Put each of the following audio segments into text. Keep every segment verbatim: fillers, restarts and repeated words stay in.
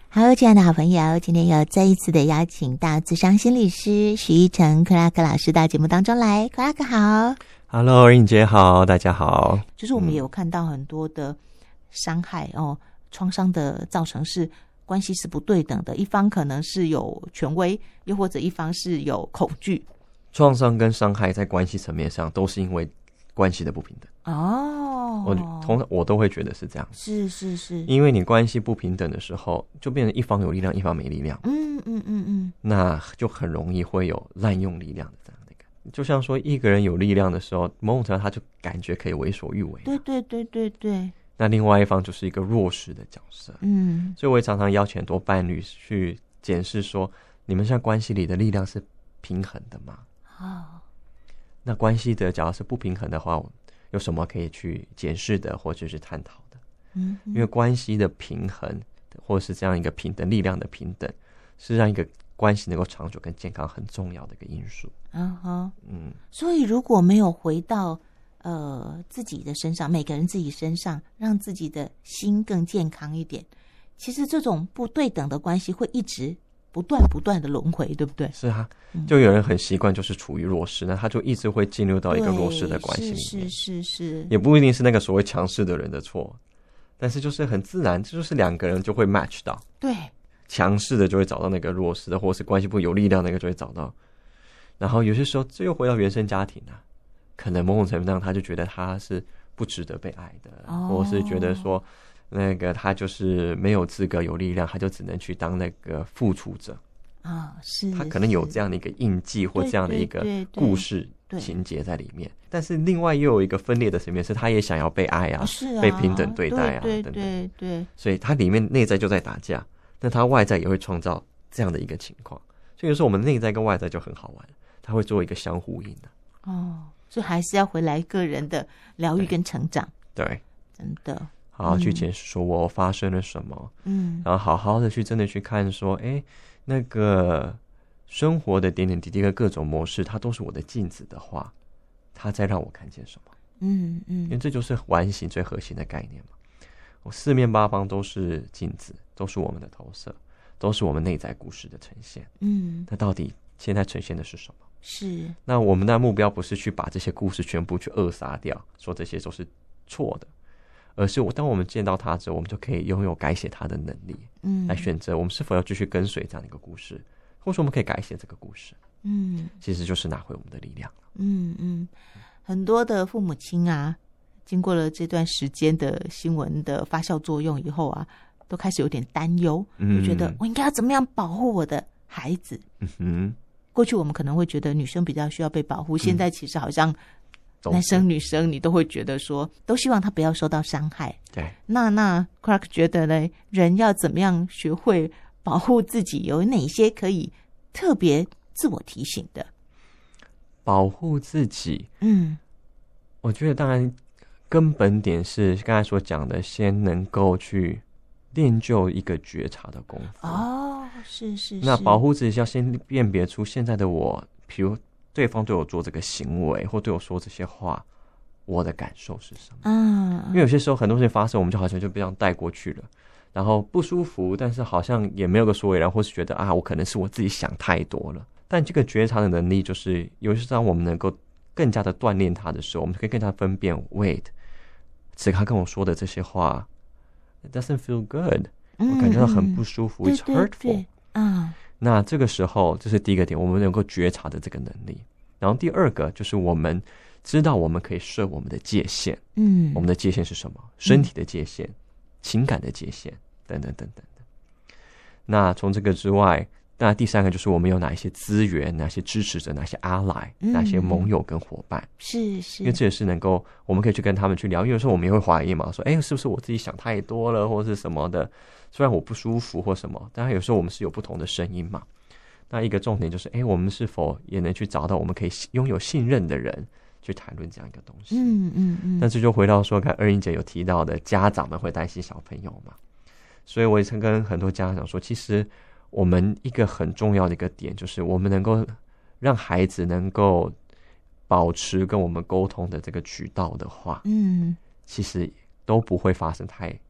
好，亲爱的好朋友，今天又再一次的邀请到諮商心理师许翊诚克拉克老师到节目当中来。克拉克好。 Hello， 英姐好，大家好。 就是我们也有看到很多的伤害、嗯、哦，创伤的造成是关系是不对等的，一方可能是有权威，又或者一方是有恐惧。 创伤跟伤害在关系层面上都是因为关系的不平等哦， 我通常我都会觉得是这样， 是是是， 因为你关系不平等的时候，就变成一方有力量，一方没力量， 嗯嗯嗯嗯，那就很容易会有滥用力量的这样的一个。就像说一个人有力量的时候，某种程度他就感觉可以为所欲为， 对对对对对。 那另外一方就是一个弱势的角色， 嗯， 所以我也常常邀请很多伴侣去检视说，你们现在关系里的力量是平衡的吗？哦，那关系的假如是不平衡的话，有什么可以去检视的或者是探讨的？嗯，因为关系的平衡或是这样一个平等力量的平等，是让一个关系能够长久跟健康很重要的一个因素。 嗯哼，嗯，所以如果没有回到呃自己的身上，每个人自己身上，让自己的心更健康一点，其实这种不对等的关系会一直不断不断的轮回，对不对？ 是啊，就有人很习惯就是处于弱势，那他就一直会进入到一个弱势的关系里面。 是是是是， 也不一定是那个所谓强势的人的错，但是就是很自然，就是两个人就会 match 到。 对， 强势的就会找到那个弱势的，或是关系不有力量那个就会找到。然后有些时候这又回到原生家庭啊，可能某种程度上他就觉得他是不值得被爱的，哦，或是觉得说那个他就是没有资格有力量，他就只能去当那个付出者啊，哦，是他可能有这样的一个印记或这样的一个故事情节在里面。但是另外又有一个分裂的层面，是他也想要被爱啊， 是啊， 被平等对待啊， 对对等等， 对对，所以他里面内在就在打架，那他外在也会创造这样的一个情况。所以有时候我们内在跟外在就很好玩，他会做一个相呼应的。 哦，所以还是要回来个人的疗愈跟成长。 对，对， 真的好好去检视说我发生了什么，嗯，然后好好的去真的去看说，哎，那个生活的点点滴滴跟各种模式，它都是我的镜子的话，它在让我看见什么？嗯嗯，因为这就是完形最核心的概念嘛。我四面八方都是镜子，都是我们的投射，都是我们内在故事的呈现。嗯，那到底现在呈现的是什么？是，那我们的目标不是去把这些故事全部去扼杀掉，说这些都是错的，而是我当我们见到它之后，我们就可以拥有改写它的能力，嗯，来选择我们是否要继续跟随这样的一个故事，或者我们可以改写这个故事，嗯，其实就是拿回我们的力量了。嗯嗯，很多的父母亲啊，经过了这段时间的新闻的发酵作用以后啊，都开始有点担忧，就觉得我应该要怎么样保护我的孩子。嗯哼，过去我们可能会觉得女生比较需要被保护，现在其实好像男生女生你都会觉得说，都希望他不要受到伤害。 对， 那那 Clark 觉得呢，人要怎么样学会保护自己？有哪些可以特别自我提醒的？ 保护自己，嗯，我觉得当然根本点是刚才所讲的，先能够去练就一个觉察的功夫。 哦，是是是。 那保护自己是要先辨别出现在的我，比如对方对我做这个行为，或对我说这些话，我的感受是什么？嗯，因为有些时候很多事情发生，我们就好像就这样带过去了，然后不舒服，但是好像也没有个所以然，或是觉得啊，我可能是我自己想太多了。但这个觉察的能力，就是有些时候我们能够更加的锻炼它的时候，我们可以更加分辨 ，wait， 此刻他跟我说的这些话 ，it doesn't feel good，嗯，我感觉到很不舒服，嗯，it's hurtful。啊，那这个时候，这是第一个点，我们能够觉察的这个能力。然后第二个就是我们知道我们可以设我们的界限，嗯，我们的界限是什么？身体的界限、嗯、情感的界限，等等等等的。那从这个之外，那第三个就是我们有哪一些资源，哪些支持者，哪些 ally，嗯，哪些盟友跟伙伴， 是是， 因为这也是能够我们可以去跟他们去聊。因为有时候我们也会怀疑嘛，说哎，是不是我自己想太多了，或是什么的？虽然我不舒服或什么，但有时候我们是有不同的声音嘛。那一个重点就是，哎，我们是否也能去找到我们可以拥有信任的人去谈论这样一个东西？嗯嗯嗯。但这就回到说，刚才二英姐有提到的，家长们会担心小朋友嘛，所以我也曾跟很多家长说，其实我们一个很重要的一个点，就是我们能够让孩子能够保持跟我们沟通的这个渠道的话，嗯，其实都不会发生太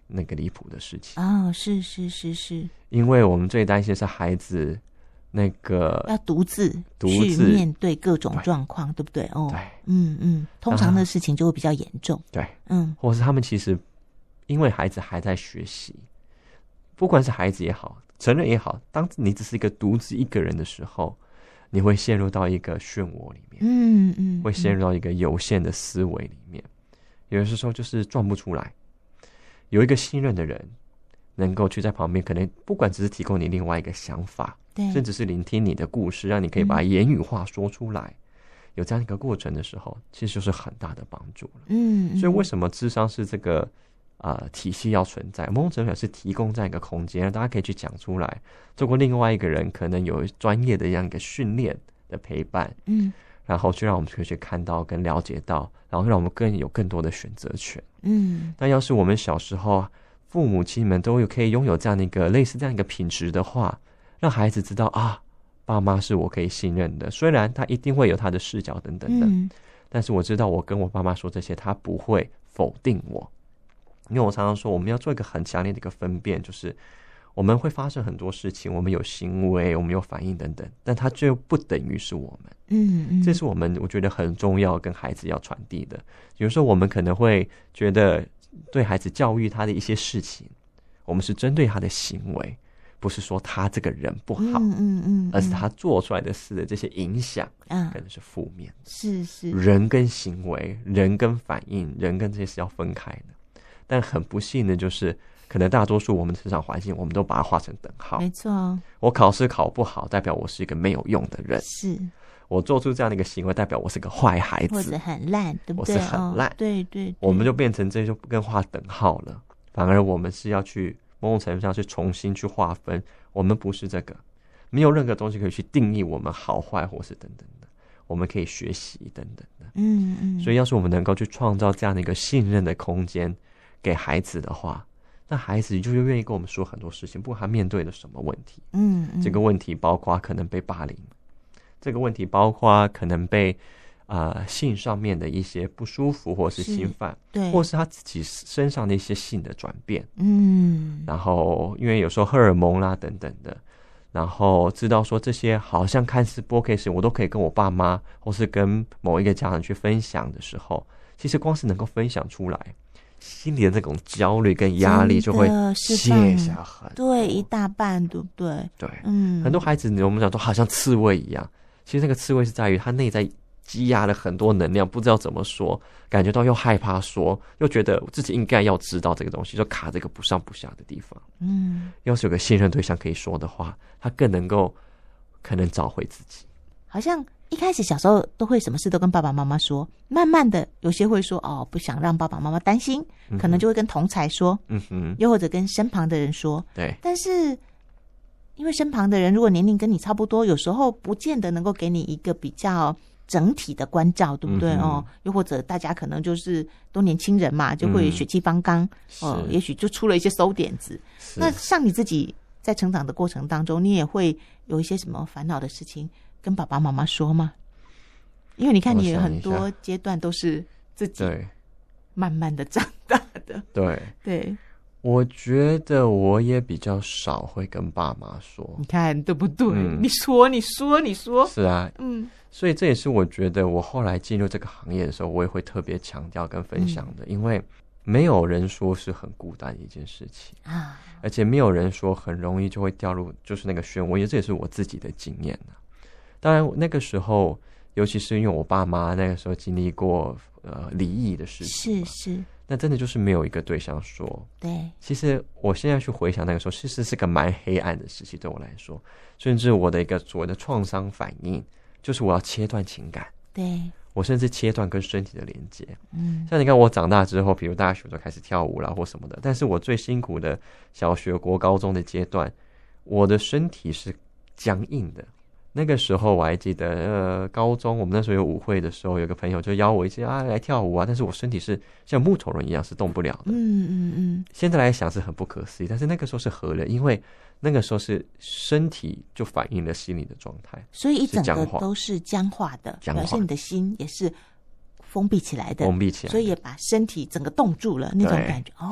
那个离谱的事情哦，是是是是， 因为我们最担心的是孩子那个要独自独自去面对各种状况， 对, 对不对？哦， 对， 嗯嗯，通常的事情就会比较严重， 对， 嗯， 或是他们其实因为孩子还在学习，不管是孩子也好，成人也好，当你只是一个独自一个人的时候，你会陷入到一个漩涡里面， 嗯嗯， 会陷入到一个有限的思维里面，有的时候就是转不出来。有一个信任的人能够去在旁边，可能不管只是提供你另外一个想法， 对， 甚至是聆听你的故事，让你可以把言语化说出来，嗯，有这样一个过程的时候，其实就是很大的帮助了。嗯，所以为什么諮商是这个呃体系要存在，某种程度上是提供这样一个空间，让大家可以去讲出来，透过另外一个人可能有专业的这样一个训练的陪伴，嗯，然后就让我们可以去看到跟了解到，然后让我们更有更多的选择权。嗯，但要是我们小时候父母亲们都有可以拥有这样的一个类似这样一个品质的话，让孩子知道啊，爸妈是我可以信任的，虽然他一定会有他的视角等等的，嗯，但是我知道我跟我爸妈说这些，他不会否定我。因为我常常说我们要做一个很强烈的一个分辨，就是我们会发生很多事情，我们有行为，我们有反应等等，但它就不等于是我们。嗯嗯，这是我们我觉得很重要跟孩子要传递的。有时候我们可能会觉得对孩子教育他的一些事情，我们是针对他的行为，不是说他这个人不好，嗯嗯嗯，而是他做出来的事的这些影响，嗯，可能是负面。 是是， 人跟行为，人跟反应，人跟这些是要分开的。但很不幸的就是，可能大多数我们的成长环境，我们都把它画成等号。 没错， 我考试考不好，代表我是一个没有用的人。 是。 我做出这样的一个行为，代表我是个坏孩子， 或者很烂，对不对？ 我是很烂， 哦，对, 对对， 我们就变成这就跟画等号了。反而我们是要去某种程度上去重新去划分，我们不是这个，没有任何东西可以去定义我们好坏或是等等的，我们可以学习等等的。嗯嗯。所以，要是我们能够去创造这样的一个信任的空间给孩子的话，那孩子就愿意跟我们说很多事情，不管他面对的什么问题。嗯嗯。这个问题包括可能被霸凌。这个问题包括可能被呃性上面的一些不舒服，或是侵犯，对，或是他自己身上的一些性的转变，嗯，然后因为有时候荷尔蒙啦等等的，然后知道说这些好像看似不 OK 事，我都可以跟我爸妈或是跟某一个家长去分享的时候，其实光是能够分享出来，心里的那种焦虑跟压力就会卸下很多， 对，一大半，对不对？ 对，嗯，很多孩子我们讲都好像刺猬一样。其实那个刺猬是在于他内在积压了很多能量，不知道怎么说，感觉到又害怕说，又觉得自己应该要知道这个东西，就卡这个不上不下的地方。嗯，要是有个信任对象可以说的话，他更能够可能找回自己。 好像一开始小时候都会什么事都跟爸爸妈妈说，慢慢的有些会说哦，不想让爸爸妈妈担心，嗯，可能就会跟同侪说，嗯哼，又或者跟身旁的人说， 对， 但是。因为身旁的人如果年龄跟你差不多，有时候不见得能够给你一个比较整体的关照，对不对？嗯，哦，又或者大家可能就是都年轻人嘛，就会血气方刚，嗯，哦，也许就出了一些馊点子。那像你自己在成长的过程当中，你也会有一些什么烦恼的事情跟爸爸妈妈说吗？因为你看你有很多阶段都是自己慢慢的长大的， 对对。 我觉得我也比较少会跟爸妈说， 你看对不对？嗯，你说你说你说， 是啊，嗯，所以这也是我觉得我后来进入这个行业的时候，我也会特别强调跟分享的，嗯，因为没有人说是很孤单的一件事情啊，而且没有人说很容易就会掉入就是那个漩涡，我觉得这也是我自己的经验啊。当然那个时候，尤其是因为我爸妈那个时候经历过呃离异的事情， 是是。 那真的就是没有一个对象说， 对。 其实我现在去回想那个时候，其实是个蛮黑暗的时期对我来说，甚至我的一个所谓的创伤反应，就是我要切断情感， 对， 我甚至切断跟身体的连接。嗯，像你看我长大之后，比如大学就开始跳舞啦或什么的，但是我最辛苦的小学、国高中的阶段，我的身体是僵硬的。那个时候我还记得，呃，高中我们那时候有舞会的时候，有个朋友就邀我一起啊来跳舞啊，但是我身体是像木头人一样是动不了的。嗯嗯嗯。现在来想是很不可思议，但是那个时候是合理，因为那个时候是身体就反映了心理的状态， 所以一整个都是僵化的， 僵化表示你的心也是封闭起来的， 封闭起来的， 所以也把身体整个冻住了那种感觉。哦，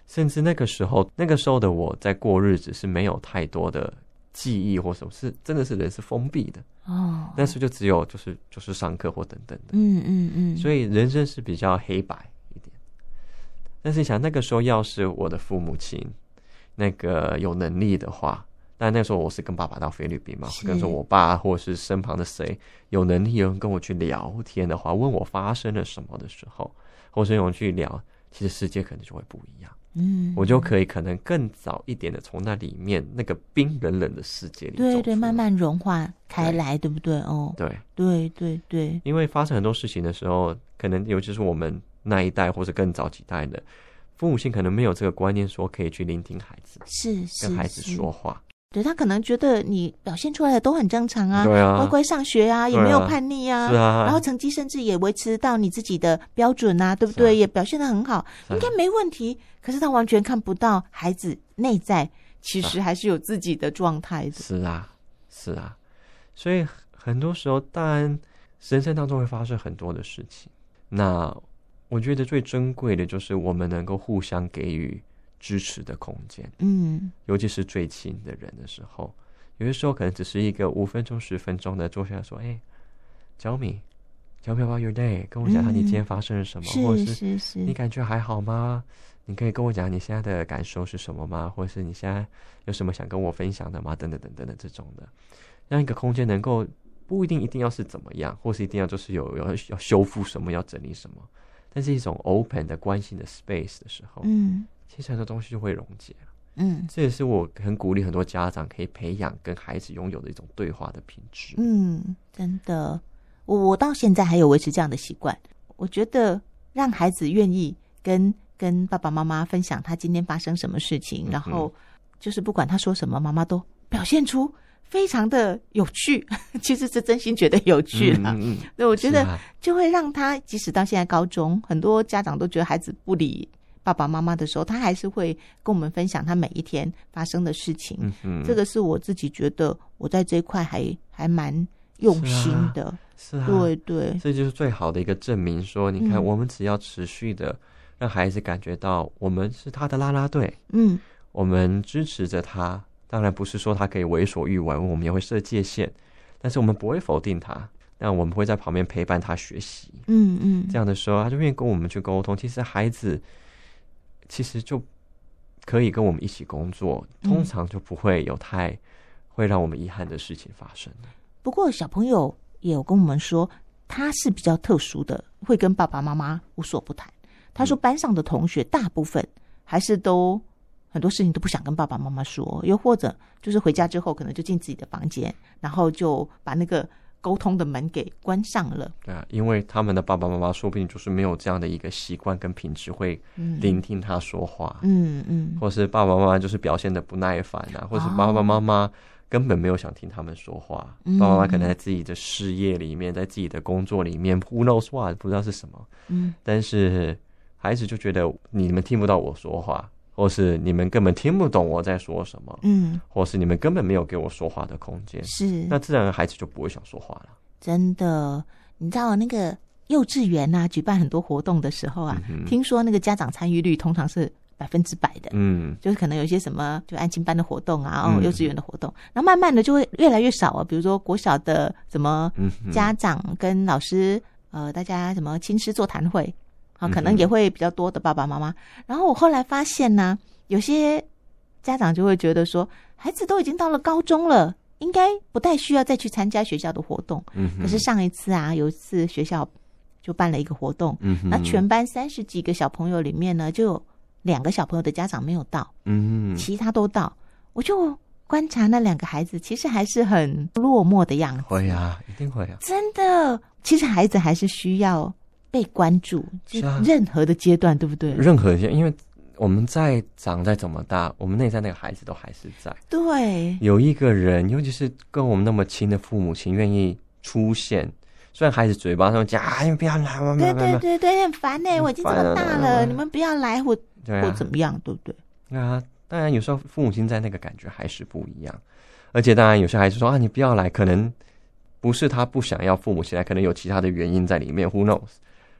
甚至那个时候那个时候的我在过日子是没有太多的记忆或什么，是真的是人是封闭的哦，那时候就只有就是就是上课或等等的， 嗯嗯嗯， 所以人生是比较黑白一点。但是想那个时候要是我的父母亲那个有能力的话，但那个时候我是跟爸爸到菲律宾嘛，跟着我爸或是身旁的谁有能力有人跟我去聊天的话，问我发生了什么的时候，或是有人去聊，其实世界可能就会不一样。嗯，我就可以可能更早一点的从那里面那个冰冷冷的世界里走出来， 对对，慢慢融化开来， 对, 对不对？哦， 对对对对， 因为发生很多事情的时候，可能尤其是我们那一代或者更早几代的父母亲可能没有这个观念，说可以去聆听孩子， 是是跟孩子说话。 对，他可能觉得你表现出来的都很正常啊， 对啊， 乖乖上学啊，也没有叛逆啊， 是啊， 然后成绩甚至也维持到你自己的标准啊，对不对？啊、也表现得很好，应该没问题。可是他完全看不到孩子内在其实还是有自己的状态的。 是啊，是啊，所以很多时候，当然人生当中会发生很多的事情。那我觉得最珍贵的就是我们能够互相给予支持的空间，嗯，尤其是最亲的人的时候，有些时候可能只是一个五分钟、十分钟的坐下来说：“哎，小米，小米 about your day， 跟我讲下你今天发生了什么， 嗯、 或者是是你感觉还好吗？你可以跟我讲你现在的感受是什么吗？或者是你现在有什么想跟我分享的吗？等等等等的这种的，让一个空间能够不一定一定要是怎么样，或是一定要就是有有要修复什么，要整理什么，但是一种 open 的关心的 space 的时候，嗯。”其实很多东西就会溶解了，嗯，这也是我很鼓励很多家长可以培养跟孩子拥有的一种对话的品质。 嗯，真的，我我到现在还有维持这样的习惯。我觉得让孩子愿意跟跟爸爸妈妈分享他今天发生什么事情，嗯、然后就是不管他说什么，妈妈都表现出非常的有趣，其实是真心觉得有趣啦。嗯嗯，对，我觉得就会让他即使到现在高中，很多家长都觉得孩子不理爸爸妈妈的时候，他还是会跟我们分享他每一天发生的事情。嗯嗯，这个是我自己觉得我在这一块还还蛮用心的。 是啊， 对对， 这就是最好的一个证明。说，你看，嗯、我们只要持续的让孩子感觉到我们是他的啦啦队，嗯，我们支持着他。当然不是说他可以为所欲为，我们也会设界限，但是我们不会否定他。但我们会在旁边陪伴他学习。嗯嗯，这样的时候，他就愿意跟我们去沟通。其实孩子。其实就可以跟我们一起工作，通常就不会有太会让我们遗憾的事情发生。 不过小朋友也有跟我们说，他是比较特殊的，会跟爸爸妈妈无所不谈。他说班上的同学大部分还是都很多事情都不想跟爸爸妈妈说，又或者就是回家之后可能就进自己的房间，然后就把那个沟通的门给关上了。 对啊，因为他们的爸爸妈妈说不定就是没有这样的一个习惯跟品质，会聆听他说话。嗯嗯，或是爸爸妈妈就是表现的不耐烦啊，或是爸爸妈妈根本没有想听他们说话。嗯、爸爸妈妈可能在自己的事业里面，在自己的工作里面 ，who knows what， 不知道是什么。嗯，但是孩子就觉得你们听不到我说话。或是你们根本听不懂我在说什么，嗯，或是你们根本没有给我说话的空间， 是， 那自然孩子就不会想说话了。 真的，你知道那个幼稚园啊，举办很多活动的时候啊，嗯、听说那个家长参与率通常是百分之百的，嗯，就是可能有一些什么就安亲班的活动啊，哦，幼稚园的活动，然后慢慢的就会越来越少啊，比如说国小的什么家长跟老师，呃，大家什么亲师座谈会。啊，可能也会比较多的爸爸妈妈。然后我后来发现呢，有些家长就会觉得说，孩子都已经到了高中了，应该不太需要再去参加学校的活动。嗯，可是上一次啊，有一次学校就办了一个活动，嗯，那全班三十几个小朋友里面呢，就有两个小朋友的家长没有到，嗯，其他都到。我就观察那两个孩子，其实还是很落寞的样子。 会啊，一定会啊。 真的，其实孩子还是需要被关注，就任何的阶段，对不对？ 任何阶段，因为我们再长再怎么大，我们内在那个孩子都还是在。 对， 有一个人，尤其是跟我们那么亲的父母亲，愿意出现。虽然孩子嘴巴上讲啊，你不要来，我对对对对，很烦呢、欸，我已经这么大了，你们不要来，或、啊、或怎么样，对不对？ 啊，当然有时候父母亲在那个感觉还是不一样，而且当然有些孩子说啊，你不要来，可能不是他不想要父母亲来，可能有其他的原因在里面 ，who knows。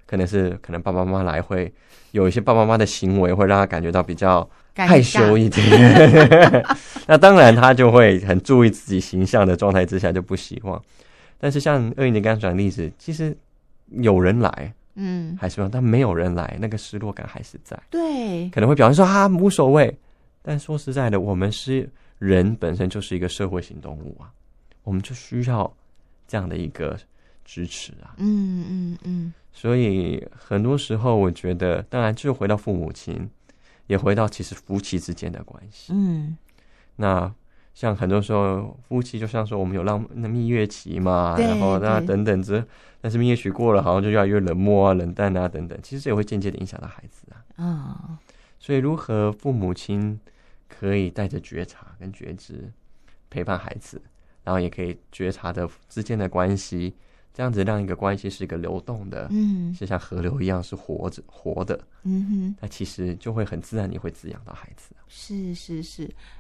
可能是可能爸爸妈妈来会有一些爸爸妈妈的行为会让他感觉到比较害羞一点那当然他就会很注意自己形象的状态之下就不希望。但是像二姨你刚刚讲的例子，其实有人来嗯，还是但没有人来，那个失落感还是在， 对， 可能会表现说啊无所谓，但说实在的，我们是人本身就是一个社会型动物啊，我们就需要这样的一个支持啊，嗯嗯嗯。所以很多时候，我觉得，当然就回到父母亲，也回到其实夫妻之间的关系。嗯，那像很多时候夫妻，就像说我们有浪那蜜月期嘛，然后那等等之，但是蜜月期过了，好像就越来越冷漠啊、冷淡啊等等，其实也会间接的影响到孩子啊。哦，所以如何父母亲可以带着觉察跟觉知陪伴孩子，然后也可以觉察的之间的关系，这样子让一个关系是一个流动的，嗯，是像河流一样是活着活的，嗯哼，那其实就会很自然，你会滋养到孩子。 是是是。